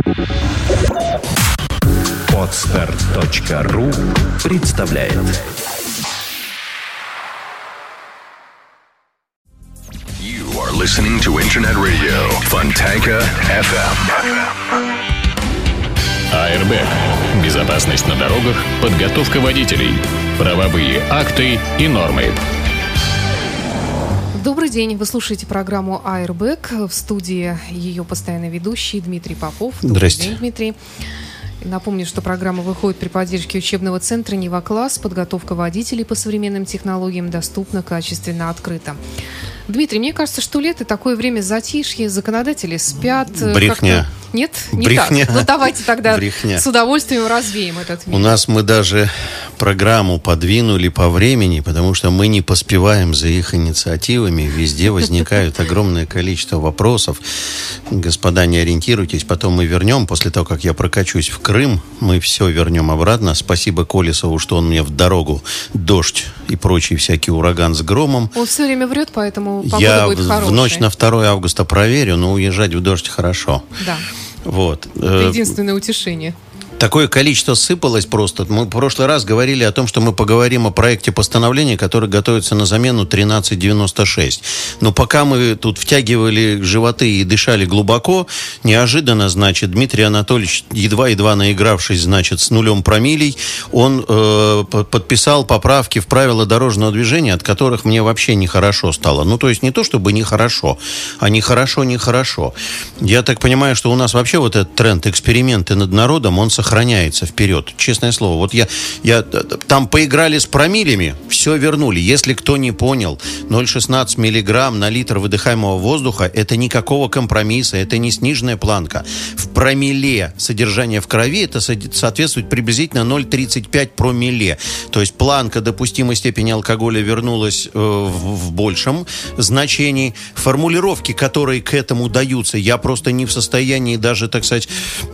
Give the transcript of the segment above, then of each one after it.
Podster.ru представляет. You are listening to Internet Radio Fontanka FM. АРБ. Безопасность на дорогах, подготовка водителей, правовые акты и нормы. Добрый день. Вы слушаете программу «Аэрбэк». В студии ее постоянный ведущий Дмитрий Попов. Здрасте. Добрый день, Дмитрий. Напомню, что программа выходит при поддержке учебного центра «Нева-класс». Подготовка водителей по современным технологиям доступна, качественно, открыто. Дмитрий, мне кажется, что лето такое время затишья, законодатели спят. Брехня. Нет? Не Брехня. так. Ну, давайте тогда Брехня. с удовольствием развеем этот миф. У нас мы даже программу подвинули по времени, потому что мы не поспеваем за их инициативами. Везде возникают огромное количество вопросов. Господа, не ориентируйтесь. Потом мы вернем, после того, как я прокачусь в Крым, мы все вернем обратно. Спасибо Колесову, что он мне в дорогу дождь и прочий всякий ураган с громом. Он все время врет, поэтому погода Я будет хорошая. в ночь на 2 августа проверю, но уезжать в дождь хорошо. Да. Вот. Это единственное утешение. Такое количество сыпалось просто. Мы в прошлый раз говорили о том, что мы поговорим о проекте постановления, который готовится на замену 1396. Но пока мы тут втягивали животы и дышали глубоко, неожиданно, значит, Дмитрий Анатольевич, едва-едва наигравшись, значит, с 0 промиллей, он подписал поправки в правила дорожного движения, от которых мне вообще нехорошо стало. Ну, то есть не то, чтобы нехорошо, а нехорошо. Я так понимаю, что у нас вообще вот этот тренд эксперименты над народом, он сохраняется вперед. Честное слово. Вот я там поиграли с промиллами, все вернули. Если кто не понял, 0,16 миллиграмм на литр выдыхаемого воздуха – это никакого компромисса, это не сниженная планка. В промилле содержание в крови это соответствует приблизительно 0,35 промилле. То есть планка допустимой степени алкоголя вернулась в большем значении. Формулировки, которые к этому даются, я просто не в состоянии даже, так сказать,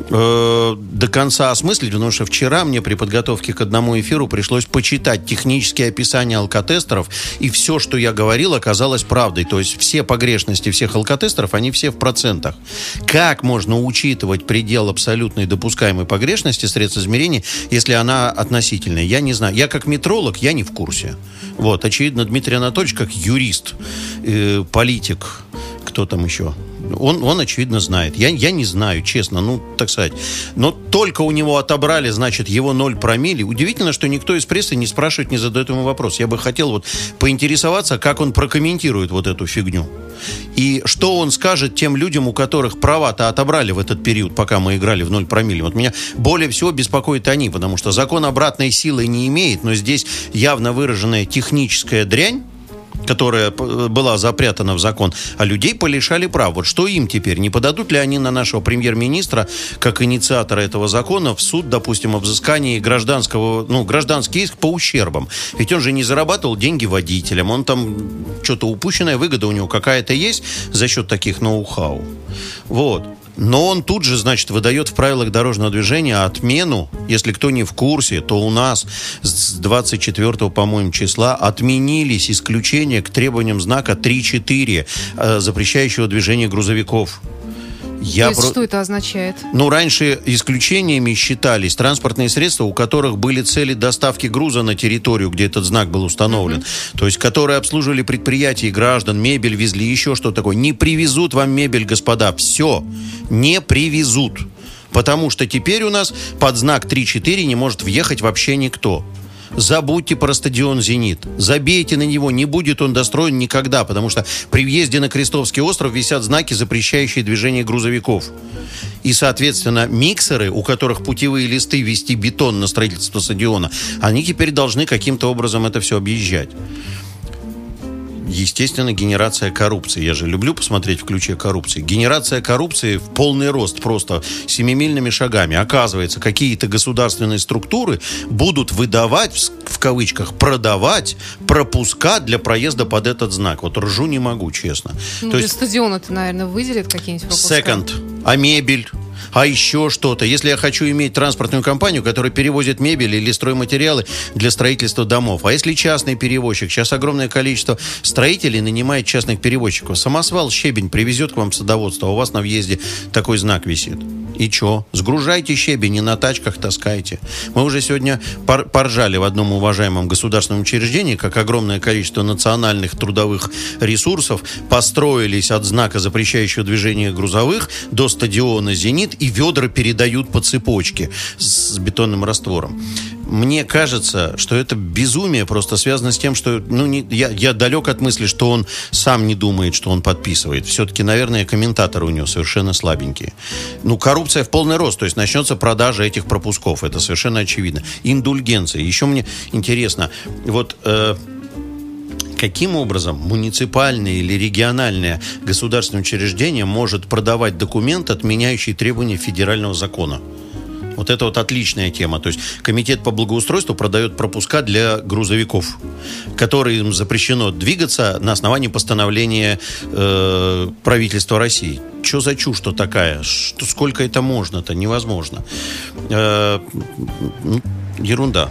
до конца осмыслить, потому что вчера мне при подготовке к одному эфиру пришлось почитать технические описания алкотестеров, и все, что я говорил, оказалось правдой. То есть все погрешности всех алкотестеров, они все в процентах. Как можно учитывать предел абсолютной допускаемой погрешности средств измерения, если она относительная? Я не знаю. Я как метролог, я не в курсе. Вот, очевидно, Дмитрий Анатольевич как юрист, политик, кто там еще? Он, очевидно, знает. Я не знаю, честно, так сказать. Но только у него отобрали, значит, его 0 промилле. Удивительно, что никто из прессы не спрашивает, не задает ему вопрос. Я бы хотел поинтересоваться, как он прокомментирует вот эту фигню. И что он скажет тем людям, у которых права-то отобрали в этот период, пока мы играли в 0 промилле. Вот меня более всего беспокоит они, потому что закон обратной силы не имеет, но здесь явно выраженная техническая дрянь, которая была запрятана в закон, а людей полишали прав. Вот что им теперь? Не подадут ли они на нашего премьер-министра, как инициатора этого закона, в суд, допустим, о взыскании гражданский иск по ущербам? Ведь он же не зарабатывал деньги водителям, он там что-то упущенная выгода у него какая-то есть за счет таких ноу-хау. Вот. Но он тут же, значит, выдает в правилах дорожного движения отмену. Если кто не в курсе, то у нас с 24, по-моему, числа отменились исключения к требованиям знака 3.4, запрещающего движение грузовиков. То есть что это означает? Раньше исключениями считались транспортные средства, у которых были цели доставки груза на территорию, где этот знак был установлен. То есть, которые обслуживали предприятия и граждан, мебель везли, еще что-то такое. Не привезут вам мебель, господа. Все. Не привезут. Потому что теперь у нас под знак 3.4 не может въехать вообще никто. Забудьте про стадион «Зенит». Забейте на него, не будет он достроен никогда, потому что при въезде на Крестовский остров висят знаки, запрещающие движение грузовиков. И, соответственно, миксеры, у которых путевые листы везти бетон на строительство стадиона, они теперь должны каким-то образом это все объезжать. Естественно, генерация коррупции. Я же люблю посмотреть в ключе коррупции. Генерация коррупции в полный рост, просто семимильными шагами. Оказывается, какие-то государственные структуры будут выдавать, в кавычках, продавать пропуска для проезда под этот знак. Вот ржу не могу, честно. То есть стадион-то, наверное, выделит какие-нибудь пропуска? Second. А мебель? А еще что-то. Если я хочу иметь транспортную компанию, которая перевозит мебель или стройматериалы для строительства домов, а если частный перевозчик, сейчас огромное количество строителей нанимает частных перевозчиков. Самосвал, щебень привезет к вам в садоводство, а у вас на въезде такой знак висит. И чё? Сгружайте щебень и на тачках таскайте. Мы уже сегодня поржали в одном уважаемом государственном учреждении, как огромное количество национальных трудовых ресурсов построились от знака, запрещающего движение грузовых, до стадиона «Зенит», и ведра передают по цепочке с бетонным раствором. Мне кажется, что это безумие просто связано с тем, что я далек от мысли, что он сам не думает, что он подписывает. Все-таки, наверное, комментаторы у него совершенно слабенькие. Коррупция в полный рост, то есть начнется продажа этих пропусков, это совершенно очевидно. Индульгенция. Еще мне интересно, каким образом муниципальное или региональное государственное учреждение может продавать документ, отменяющий требования федерального закона? Вот это отличная тема. То есть комитет по благоустройству продает пропуска для грузовиков, которым запрещено двигаться на основании постановления правительства России. Что за чушь-то такая? Сколько это можно-то? Невозможно. Ерунда.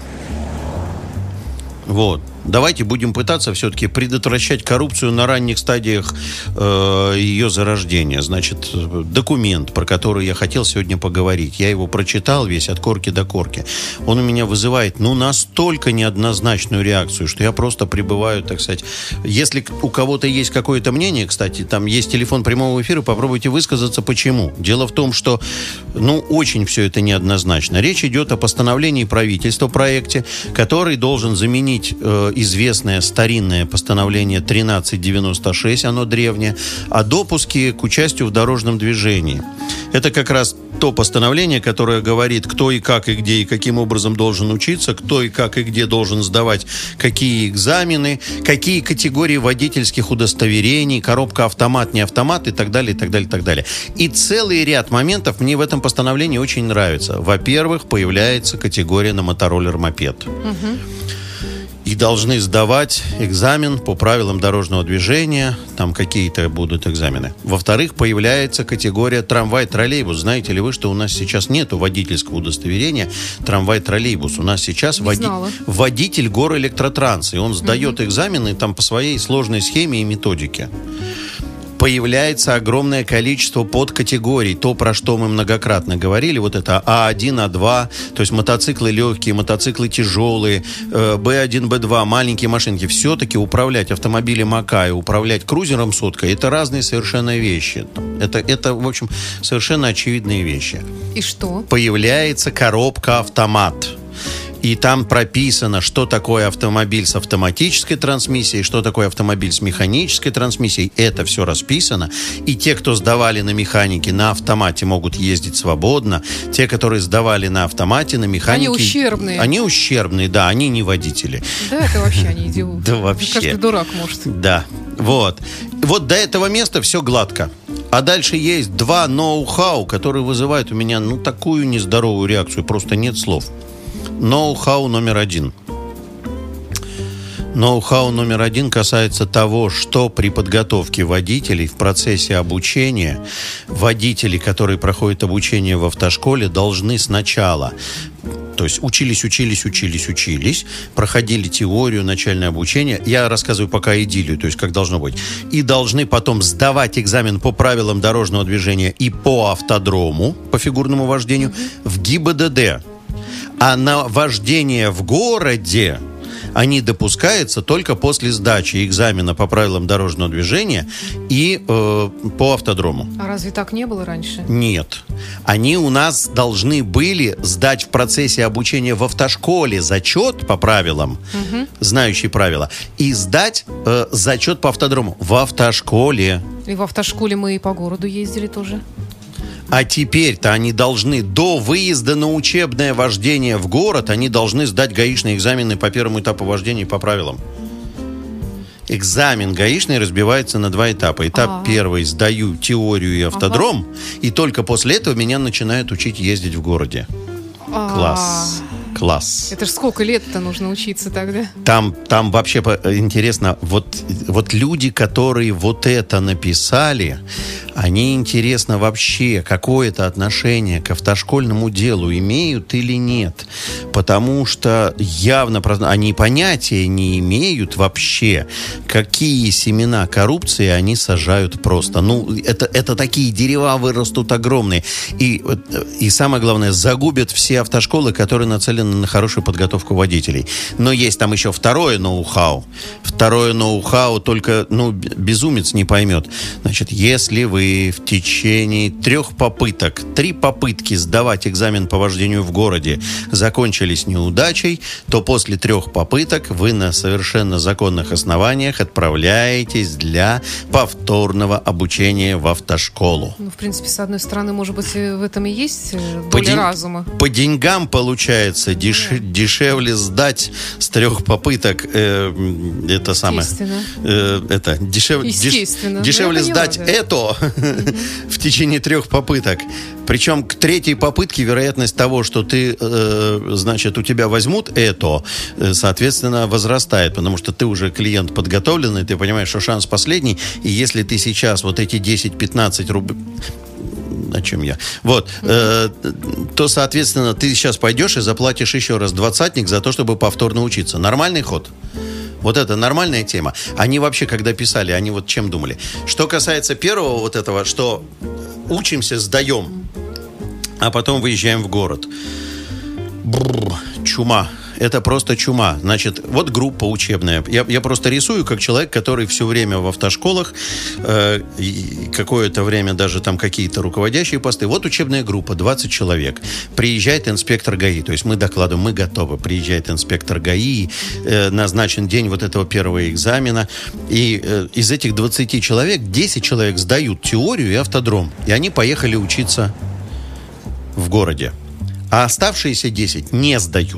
Давайте будем пытаться все-таки предотвращать коррупцию на ранних стадиях ее зарождения. Значит, документ, про который я хотел сегодня поговорить, я его прочитал весь от корки до корки. Он у меня вызывает, настолько неоднозначную реакцию, что я просто пребываю, так сказать. Если у кого-то есть какое-то мнение, кстати, там есть телефон прямого эфира, попробуйте высказаться, почему. Дело в том, что, очень все это неоднозначно. Речь идет о постановлении правительства, проекте, который должен заменить известное старинное постановление 1396, оно древнее, о допуске к участию в дорожном движении. Это как раз то постановление, которое говорит, кто и как, и где, и каким образом должен учиться, кто и как, и где должен сдавать какие экзамены, какие категории водительских удостоверений, коробка автомат, не автомат и так далее, и так далее, и так далее. И целый ряд моментов мне в этом постановлении очень нравится. Во-первых, появляется категория на мотороллер-мопед. И должны сдавать экзамен по правилам дорожного движения, там какие-то будут экзамены. Во-вторых, появляется категория трамвай-троллейбус. Знаете ли вы, что у нас сейчас нету водительского удостоверения трамвай-троллейбус? У нас сейчас водитель горэлектротранса, и он сдает экзамены там по своей сложной схеме и методике. Появляется огромное количество подкатегорий. То, про что мы многократно говорили, это А1, А2, то есть мотоциклы легкие, мотоциклы тяжелые, Б1, Б2, маленькие машинки. Все-таки управлять автомобилем АК и управлять крузером соткой — это разные совершенно вещи. Это, в общем, совершенно очевидные вещи. И что? Появляется коробка автомат. И там прописано, что такое автомобиль с автоматической трансмиссией, что такое автомобиль с механической трансмиссией. Это все расписано. И те, кто сдавали на механике, на автомате, могут ездить свободно. Те, которые сдавали на автомате, на механике... Они ущербные. Они ущербные, да, они не водители. Да, это вообще они идиоты. Да, вообще. Каждый дурак может. Да, вот до этого места все гладко. А дальше есть два ноу-хау, которые вызывают у меня, такую нездоровую реакцию. Просто нет слов. Ноу-хау номер один. Ноу-хау номер один касается того, что при подготовке водителей в процессе обучения водители, которые проходят обучение в автошколе, должны сначала, то есть учились, проходили теорию, начальное обучение. Я рассказываю пока идиллию, то есть как должно быть. И должны потом сдавать экзамен по правилам дорожного движения и по автодрому, по фигурному вождению, в ГИБДД. А на вождение в городе они допускаются только после сдачи экзамена по правилам дорожного движения и по автодрому. А разве так не было раньше? Нет. Они у нас должны были сдать в процессе обучения в автошколе зачет по правилам, знающие правила, и сдать зачет по автодрому в автошколе. И в автошколе мы и по городу ездили тоже. А теперь-то они должны до выезда на учебное вождение в город, они должны сдать гаишные экзамены по первому этапу вождения по правилам. Экзамен гаишный разбивается на два этапа. Этап первый — сдаю теорию и автодром, и только после этого меня начинают учить ездить в городе. Класс. Это ж сколько лет-то нужно учиться тогда? Там вообще интересно, вот люди, которые вот это написали, они, интересно, вообще какое-то отношение к автошкольному делу имеют или нет. Потому что явно они понятия не имеют вообще, какие семена коррупции они сажают просто. Ну, это такие дерева вырастут огромные. И самое главное, загубят все автошколы, которые нацелены на хорошую подготовку водителей. Но есть там еще второе ноу-хау. Второе ноу-хау только, безумец не поймет. Значит, если вы в течение 3 попытки сдавать экзамен по вождению в городе закончились неудачей, то после 3 попыток вы на совершенно законных основаниях отправляетесь для повторного обучения в автошколу. В принципе, с одной стороны, может быть, в этом и есть доля разума. По деньгам получается дешевле сдать с 3 попыток это самое. Дешевле сдать это в течение 3 попыток. Причем к 3-й попытке вероятность того, что ты, значит, у тебя возьмут это, соответственно, возрастает, потому что ты уже клиент подготовленный, ты понимаешь, что шанс последний, и если ты сейчас вот эти 10-15 рублей... О чем я? Вот. То, соответственно, ты сейчас пойдешь и заплатишь еще раз 20-ник за то, чтобы повторно учиться. Нормальный ход? Вот это нормальная тема. Они вообще, когда писали, они вот чем думали? Что касается первого вот этого, что учимся, сдаем, а потом выезжаем в город. Чума. Это просто чума. Значит, вот группа учебная. Я просто рисую как человек, который все время в автошколах, какое-то время даже там какие-то руководящие посты. Вот учебная группа, 20 человек. Приезжает инспектор ГАИ. То есть мы докладываем, мы готовы. Приезжает инспектор ГАИ, назначен день вот этого первого экзамена. И из этих 20 человек 10 человек сдают теорию и автодром. И они поехали учиться в городе. А оставшиеся 10 не сдают.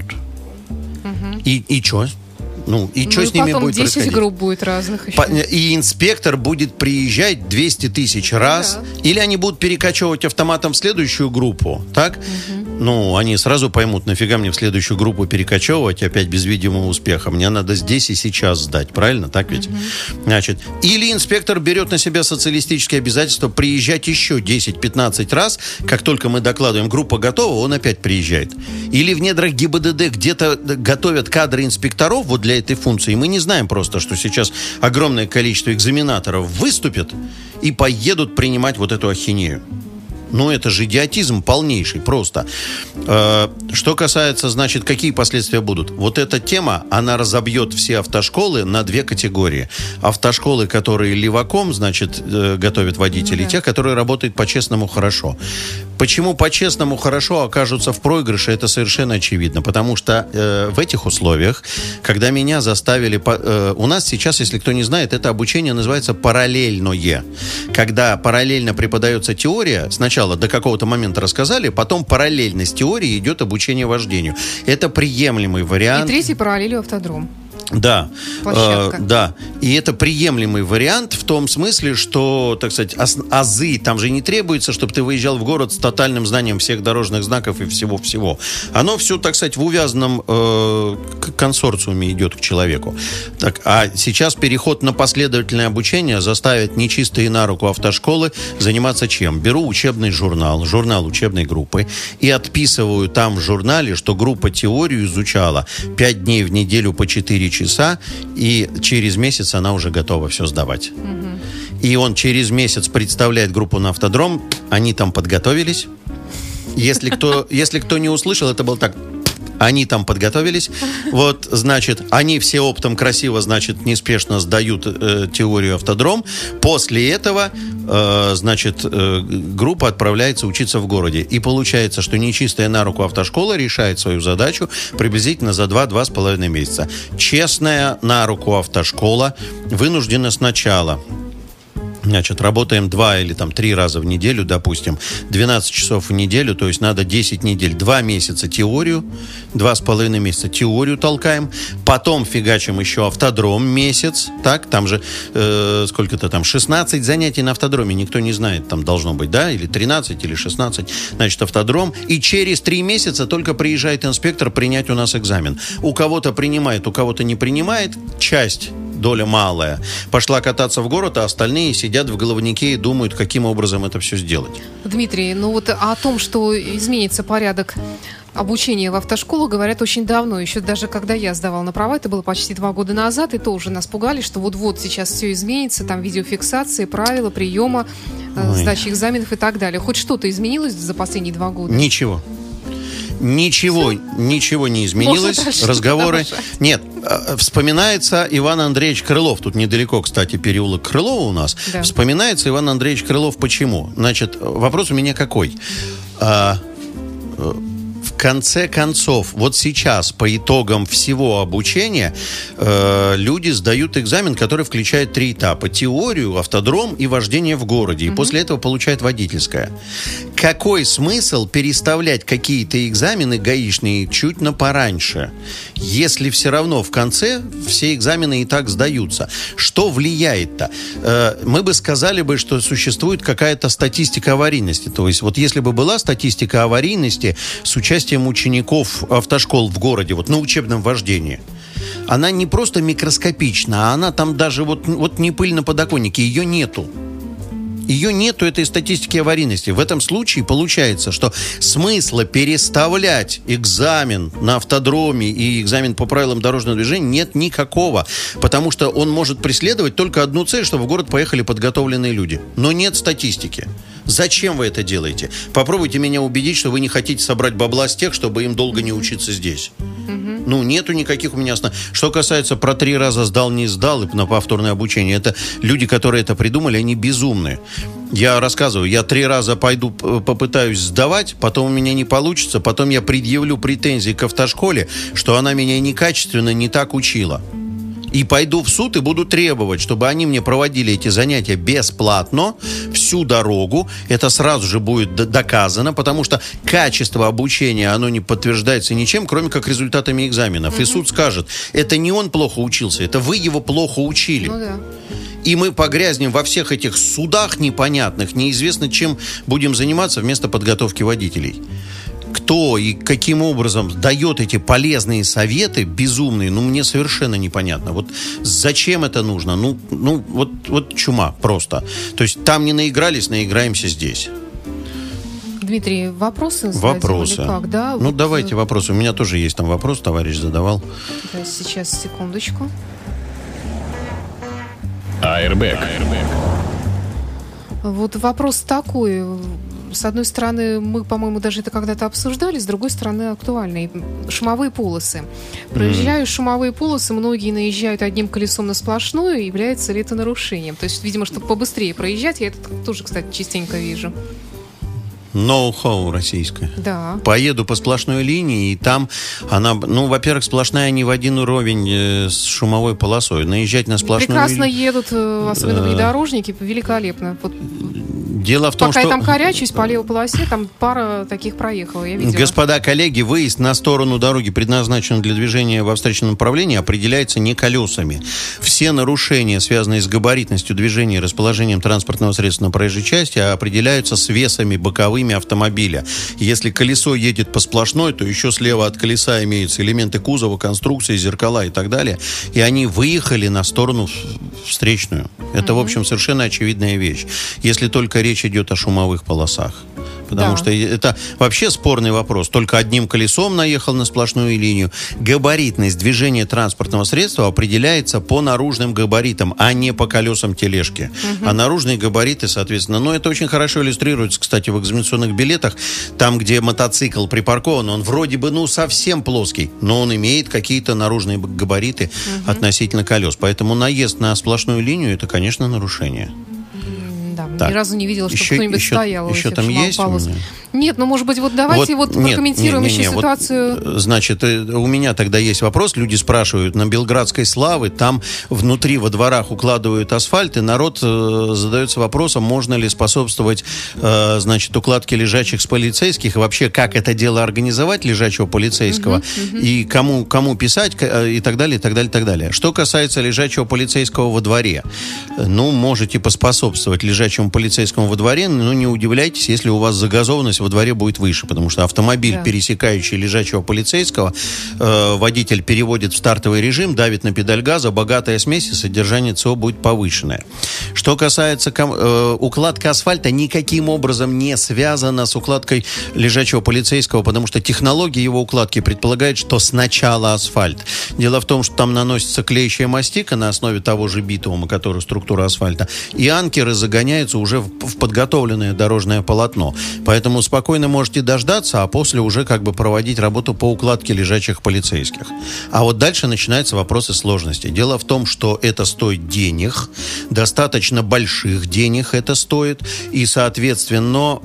И что? И что с ними будет происходить? 10 групп будет разных еще. И инспектор будет приезжать 200 тысяч раз. Да. Или они будут перекачивать автоматом в следующую группу. Так? Они сразу поймут, нафига мне в следующую группу перекачивать опять без видимого успеха. Мне надо здесь и сейчас сдать. Правильно? Так ведь? Значит, или инспектор берет на себя социалистические обязательства приезжать еще 10-15 раз. Как только мы докладываем, группа готова, он опять приезжает. Или в недрах ГИБДД где-то готовят кадры инспекторов вот для этой функции. И мы не знаем просто, что сейчас огромное количество экзаменаторов выступят и поедут принимать вот эту ахинею. Это же идиотизм полнейший просто. Что касается, значит, какие последствия будут? Вот эта тема, она разобьет все автошколы на 2 категории. Автошколы, которые леваком, значит, готовят водителей, и те, которые работают по-честному хорошо. Почему по-честному хорошо окажутся в проигрыше, это совершенно очевидно. Потому что в этих условиях, когда меня заставили... у нас сейчас, если кто не знает, это обучение называется параллельное. Когда параллельно преподается теория, сначала до какого-то момента рассказали, потом параллельно с теорией идет обучение вождению. Это приемлемый вариант. И 3-й параллелью автодром. Да, да. И это приемлемый вариант в том смысле, что, так сказать, азы там же не требуется, чтобы ты выезжал в город с тотальным знанием всех дорожных знаков и всего-всего. Оно все, так сказать, в увязанном консорциуме идет к человеку. Так, а сейчас переход на последовательное обучение заставит нечистые на руку автошколы заниматься чем? Беру учебный журнал учебной группы и отписываю там в журнале, что группа теорию изучала 5 дней в неделю по 4 часа, и через месяц она уже готова все сдавать. И он через месяц представляет группу на автодром, они там подготовились. Если кто не услышал, это было так: они там подготовились. Вот, значит, они все оптом красиво, значит, неспешно сдают теорию автодром. После этого, значит, группа отправляется учиться в городе. И получается, что нечистая на руку автошкола решает свою задачу приблизительно за 2-2,5 месяца. Честная на руку автошкола вынуждена сначала... Значит, работаем 2 или 3 раза в неделю, допустим, 12 часов в неделю, то есть надо 10 недель, 2 месяца теорию, 2,5 месяца теорию толкаем, потом фигачим еще автодром месяц, так, там же, сколько-то там, 16 занятий на автодроме, никто не знает, там должно быть, да, или 13, или 16, значит, автодром, и через 3 месяца только приезжает инспектор принять у нас экзамен. У кого-то принимает, у кого-то не принимает, часть доля малая, пошла кататься в город, а остальные сидят в головнике и думают, каким образом это все сделать. Дмитрий, ну вот о том, что изменится порядок обучения в автошколах, говорят очень давно. Еще даже когда я сдавала на права, это было почти 2 года назад, и тоже нас пугали, что вот-вот сейчас все изменится, там видеофиксация, правила приема, сдачи экзаменов и так далее. Хоть что-то изменилось за последние 2 года? Ничего не изменилось. Разговоры. Нет, вспоминается Иван Андреевич Крылов. Тут недалеко, кстати, переулок Крылова у нас. Да. Вспоминается Иван Андреевич Крылов. Почему? Значит, вопрос у меня какой? В конце концов, вот сейчас по итогам всего обучения люди сдают экзамен, который включает 3 этапа: теорию, автодром и вождение в городе. И после этого получают водительское. Какой смысл переставлять какие-то экзамены гаишные чуть на пораньше, если все равно в конце все экзамены и так сдаются? Что влияет-то? Мы бы сказали, что существует какая-то статистика аварийности. То есть вот если бы была статистика аварийности с участием учеников автошкол в городе, вот на учебном вождении, она не просто микроскопична, а она там даже вот не пыль на подоконнике, ее нету. Ее нету, этой статистики аварийности. В этом случае получается, что смысла переставлять экзамен на автодроме и экзамен по правилам дорожного движения нет никакого. Потому что он может преследовать только одну цель, чтобы в город поехали подготовленные люди. Но нет статистики. Зачем вы это делаете? Попробуйте меня убедить, что вы не хотите собрать бабла с тех, чтобы им долго не учиться здесь. Ну, нету никаких у меня оснований. Что касается про 3 раза сдал, не сдал и на повторное обучение, это люди, которые это придумали, они безумные. Я рассказываю, я 3 раза пойду попытаюсь сдавать, потом у меня не получится, потом я предъявлю претензии к автошколе, что она меня некачественно не так учила. И пойду в суд и буду требовать, чтобы они мне проводили эти занятия бесплатно всю дорогу. Это сразу же будет доказано, потому что качество обучения, оно не подтверждается ничем, кроме как результатами экзаменов. И суд скажет, это не он плохо учился, это вы его плохо учили. Ну да. И мы погрязнем во всех этих судах непонятных, неизвестно чем будем заниматься вместо подготовки водителей. Кто и каким образом дает эти полезные советы, безумные, мне совершенно непонятно. Вот зачем это нужно? Вот чума просто. То есть там не наигрались, наиграемся здесь. Дмитрий, вопросы? Вопросы. Как, да? Давайте вопросы. У меня тоже есть там вопрос, товарищ задавал. Да, сейчас, секундочку. Airbag. Вот вопрос такой. С одной стороны, мы, по-моему, даже это когда-то обсуждали, с другой стороны, актуальные. Шумовые полосы. Проезжая шумовые полосы, многие наезжают одним колесом на сплошную, является ли это нарушением? То есть, видимо, чтобы побыстрее проезжать, я это тоже, кстати, частенько вижу. Ноу-хау российское. Да. Поеду по сплошной линии, и там она, во-первых, сплошная не в один уровень с шумовой полосой. Наезжать на сплошную прекрасно едут, особенно внедорожники, великолепно. Вот. Дело в том, пока что... я там корячусь по левой полосе, там пара таких проехала, я видела. Господа коллеги, выезд на сторону дороги, предназначенную для движения во встречном направлении, определяется не колесами. Все нарушения, связанные с габаритностью движения и расположением транспортного средства на проезжей части, определяются с весами боковыми автомобиля. Если колесо едет по сплошной, то еще слева от колеса имеются элементы кузова, конструкции, зеркала и так далее. И они выехали на сторону встречную. Это, в общем, совершенно очевидная вещь. Если только речь идет о шумовых полосах. Потому что это вообще спорный вопрос. Только одним колесом наехал на сплошную линию. Габаритность движения транспортного средства определяется по наружным габаритам, а не по колесам тележки. А наружные габариты, соответственно... это очень хорошо иллюстрируется, кстати, в экзаменационных билетах. Там, где мотоцикл припаркован, он вроде бы, совсем плоский, но он имеет какие-то наружные габариты относительно колес. Поэтому наезд на сплошную линию — это, конечно, нарушение. Так. Ни разу не видела, чтобы кто-нибудь стоял. Еще там есть у меня? Нет, может быть, давайте прокомментируем еще ситуацию. Значит, у меня тогда есть вопрос. Люди спрашивают, на Белградской Славы, там внутри во дворах укладывают асфальт, и народ задается вопросом, можно ли способствовать, укладке лежачих с полицейских, и вообще, как это дело организовать, лежачего полицейского, и кому писать, и так далее, и так далее, и так далее. Что касается лежачего полицейского во дворе, можете поспособствовать лежачему полицейскому во дворе, но не удивляйтесь, если у вас загазованность во дворе будет выше, потому что автомобиль, пересекающий лежачего полицейского, водитель переводит в стартовый режим, давит на педаль газа, богатая смесь, и содержание ЦО будет повышенное. Что касается укладки асфальта, никаким образом не связана с укладкой лежачего полицейского, потому что технология его укладки предполагает, что сначала асфальт. Дело в том, что там наносится клеящая мастика на основе того же битума, который структура асфальта, и анкеры загоняются уже в подготовленное дорожное полотно. Поэтому спокойно можете дождаться, а после уже как бы проводить работу по укладке лежачих полицейских. А вот дальше начинаются вопросы сложности. Дело в том, что это стоит денег, достаточно больших денег это стоит, и, соответственно,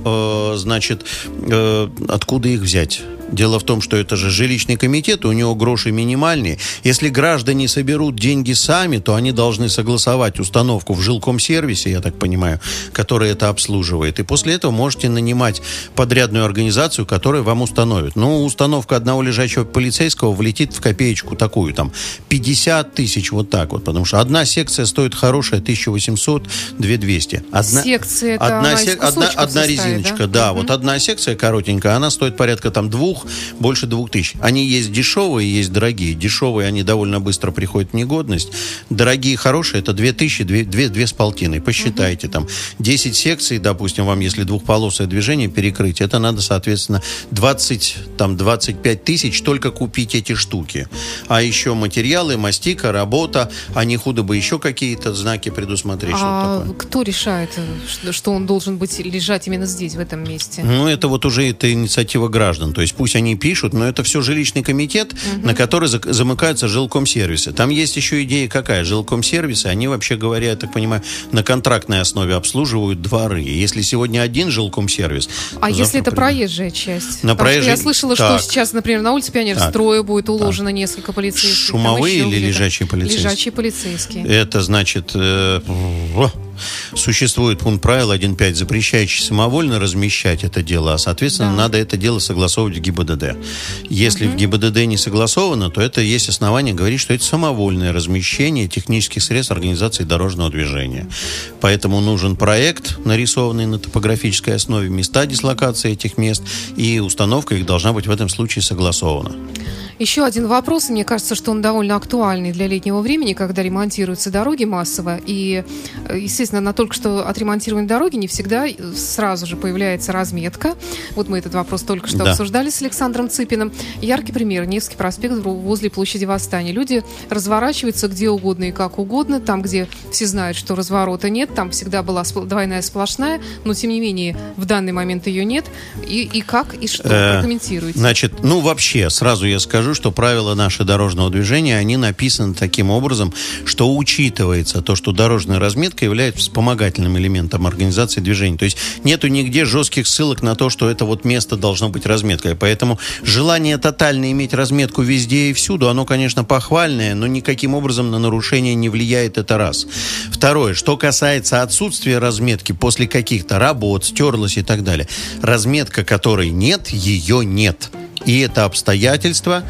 откуда их взять? Дело в том, что это же жилищный комитет, у него гроши минимальные. Если граждане соберут деньги сами, то они должны согласовать установку в жилкомсервисе, я так понимаю, который это обслуживает. И после этого можете нанимать подрядную организацию, которая вам установит. Ну, установка одного лежачего полицейского влетит в копеечку такую, там, 50 тысяч, вот так вот. Потому что одна секция стоит хорошая 1800-2200. Секция, это одна резиночка, да. Вот одна секция коротенькая, она стоит порядка там больше 2000. Они есть дешевые, есть дорогие. Дешевые, они довольно быстро приходят в негодность. Дорогие, хорошие, это 2000, 2,5. Посчитайте, там, 10 секций, допустим, вам, если двухполосое движение перекрыть, это надо, соответственно, 25 тысяч только купить эти штуки. А еще материалы, мастика, работа, а не худо бы еще какие-то знаки предусмотреть. Кто решает, что он должен лежать именно здесь, в этом месте? Ну, это вот уже это инициатива граждан. То есть пусть они пишут, но это все жилищный комитет, на который замыкаются жилкомсервисы. Там есть еще идея какая? Жилкомсервисы, они, вообще говоря, я так понимаю, на контрактной основе обслуживают дворы. Если сегодня один жилкомсервис... А если это проезжая часть? Я слышала, что сейчас, например, на улице Пионерстроя будет уложено несколько полицейских. Шумовые или лежачие полицейские? Лежачие полицейские. Это значит... Существует пункт правил 1.5, запрещающий самовольно размещать это дело, а, соответственно, надо это дело согласовывать в ГИБДД. Если в ГИБДД не согласовано, то это есть основание говорить, что это самовольное размещение технических средств организации дорожного движения. Поэтому нужен проект, нарисованный на топографической основе, места дислокации этих мест, и установка их должна быть в этом случае согласована. Еще один вопрос, мне кажется, что он довольно актуальный для летнего времени, когда ремонтируются дороги массово. И, естественно, на только что отремонтированной дороге не всегда сразу же появляется разметка. Вот мы этот вопрос только что обсуждали с Александром Цыпиным. Яркий пример. Невский проспект возле площади Восстания. Люди разворачиваются где угодно и как угодно. Там, где все знают, что разворота нет, там всегда была двойная сплошная, но, тем не менее, в данный момент ее нет. И как, и что? Прокомментируйте. Значит, вообще, сразу я скажу, что правила нашего дорожного движения, они написаны таким образом, что учитывается то, что дорожная разметка является вспомогательным элементом организации движения. То есть нету нигде жестких ссылок на то, что это вот место должно быть разметкой. Поэтому желание тотально иметь разметку везде и всюду, оно, конечно, похвальное, но никаким образом на нарушение не влияет, это раз. Второе, что касается отсутствия разметки после каких-то работ, стерлась и так далее. Разметка, которой нет, ее нет. И это обстоятельство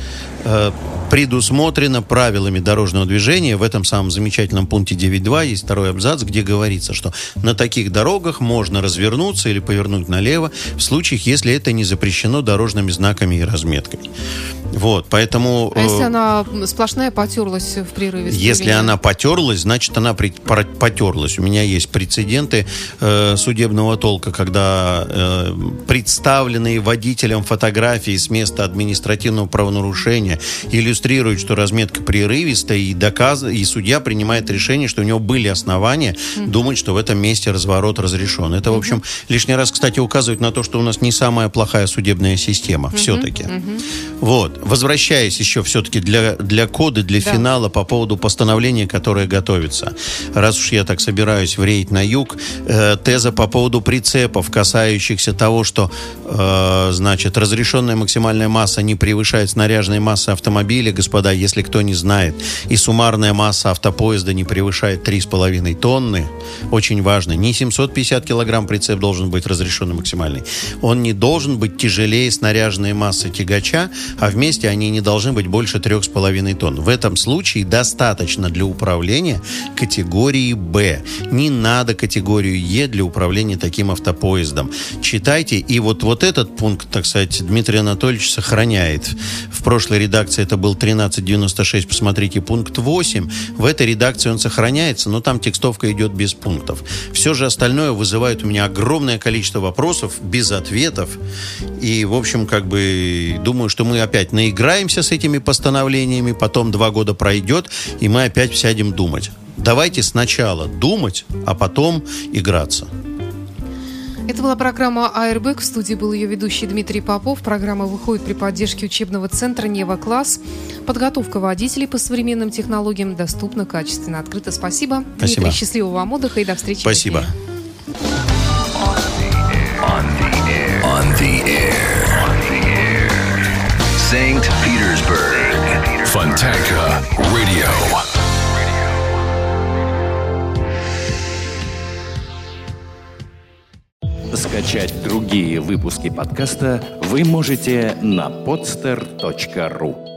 предусмотрено правилами дорожного движения. В этом самом замечательном пункте 9.2 есть второй абзац, где говорится, что на таких дорогах можно развернуться или повернуть налево в случаях, если это не запрещено дорожными знаками и разметкой. Вот, поэтому... А если она сплошная потерлась в прерыве? Если она потерлась, значит, она потерлась. У меня есть прецеденты судебного толка, когда представленные водителям фотографии с места административного правонарушения иллюстрируют, что разметка прерывистая, и судья принимает решение, что у него были основания думать, что в этом месте разворот разрешен. Это, в общем, лишний раз, кстати, указывает на то, что у нас не самая плохая судебная система. Все-таки. Вот. Возвращаясь еще все-таки для кода, для финала по поводу постановления, которое готовится. Раз уж я так собираюсь в рейд на юг, теза по поводу прицепов, касающихся того, что, значит, разрешенная максимальная масса не превышает снаряженной массы массы автомобиля, господа, если кто не знает, и суммарная масса автопоезда не превышает 3,5 тонны, очень важно, не 750 килограмм прицеп должен быть разрешенный максимальный, он не должен быть тяжелее снаряженной массы тягача, а вместе они не должны быть больше 3,5 тонн. В этом случае достаточно для управления категории «Б». Не надо категорию «Е» для управления таким автопоездом. Читайте, и вот этот пункт, так сказать, Дмитрий Анатольевич сохраняет. В прошлой редакции это был 1396, посмотрите, пункт 8. В этой редакции он сохраняется, но там текстовка идет без пунктов. Все же остальное вызывает у меня огромное количество вопросов без ответов. И, в общем, думаю, что мы опять наиграемся с этими постановлениями, потом 2 года пройдет, и мы опять сядем думать. Давайте сначала думать, а потом играться. Это была программа «Airbag». В студии был ее ведущий Дмитрий Попов. Программа выходит при поддержке учебного центра «Нева Класс». Подготовка водителей по современным технологиям доступна, качественно, открыто. Спасибо. Спасибо. Дмитрий, счастливого вам отдыха и до встречи. Спасибо. On the air. St. Petersburg. Fontanka Radio. Скачать другие выпуски подкаста вы можете на podster.ru.